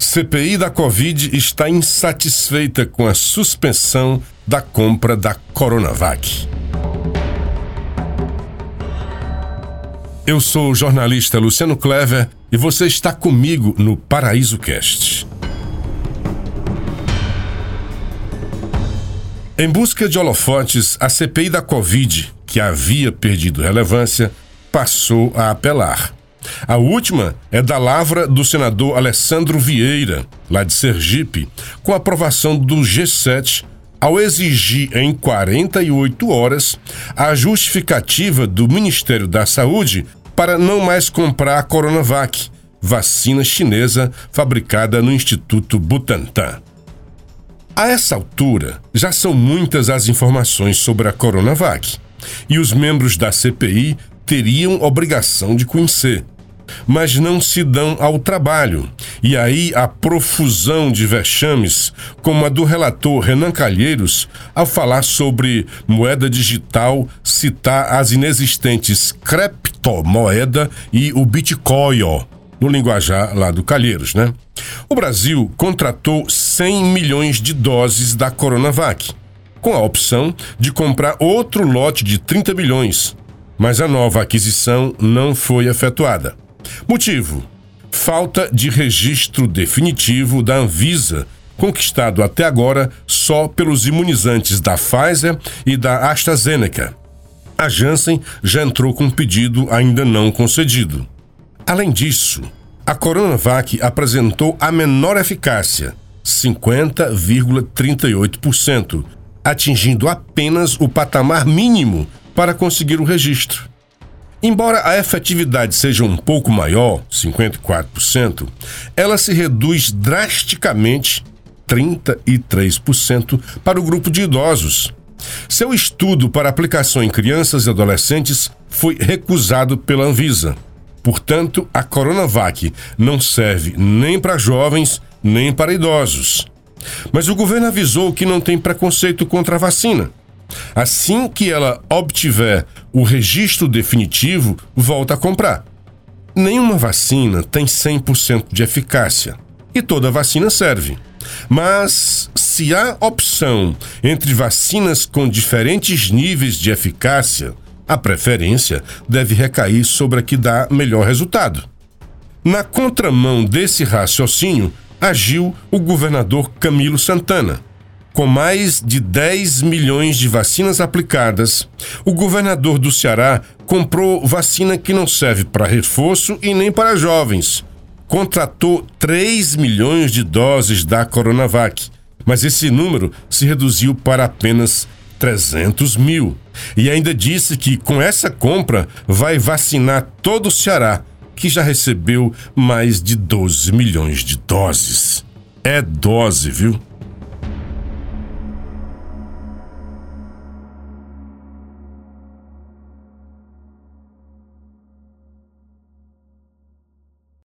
CPI da Covid está insatisfeita com a suspensão da compra da Coronavac. Eu sou o jornalista Luciano Clever e você está comigo no Paraíso Cast. Em busca de holofotes, a CPI da Covid, que havia perdido relevância, passou a apelar. A última é da lavra do senador Alessandro Vieira, lá de Sergipe, com a aprovação do G7, ao exigir em 48 horas a justificativa do Ministério da Saúde para não mais comprar a Coronavac, vacina chinesa fabricada no Instituto Butantan. A essa altura, já são muitas as informações sobre a Coronavac, e os membros da CPI teriam obrigação de conhecer, mas não se dão ao trabalho. E aí a profusão de vexames, como a do relator Renan Calheiros, ao falar sobre moeda digital, citar as inexistentes criptomoeda e o Bitcoin, no linguajar lá do Calheiros, né? O Brasil contratou 100 milhões de doses da Coronavac, com a opção de comprar outro lote de 30 milhões, mas a nova aquisição não foi efetuada. Motivo: falta de registro definitivo da Anvisa, conquistado até agora só pelos imunizantes da Pfizer e da AstraZeneca. A Janssen já entrou com um pedido ainda não concedido. Além disso, a Coronavac apresentou a menor eficácia, 50,38%, atingindo apenas o patamar mínimo para conseguir o registro. Embora a efetividade seja um pouco maior, 54%, ela se reduz drasticamente, 33%, para o grupo de idosos. Seu estudo para aplicação em crianças e adolescentes foi recusado pela Anvisa. Portanto, a Coronavac não serve nem para jovens, nem para idosos. Mas o governo avisou que não tem preconceito contra a vacina. Assim que ela obtiver o registro definitivo, volta a comprar. Nenhuma vacina tem 100% de eficácia, e toda vacina serve. Mas, se há opção entre vacinas com diferentes níveis de eficácia, a preferência deve recair sobre a que dá melhor resultado. Na contramão desse raciocínio, agiu o governador Camilo Santana. Com mais de 10 milhões de vacinas aplicadas, o governador do Ceará comprou vacina que não serve para reforço e nem para jovens. Contratou 3 milhões de doses da Coronavac, mas esse número se reduziu para apenas 300 mil. E ainda disse que com essa compra vai vacinar todo o Ceará, que já recebeu mais de 12 milhões de doses. É dose, viu?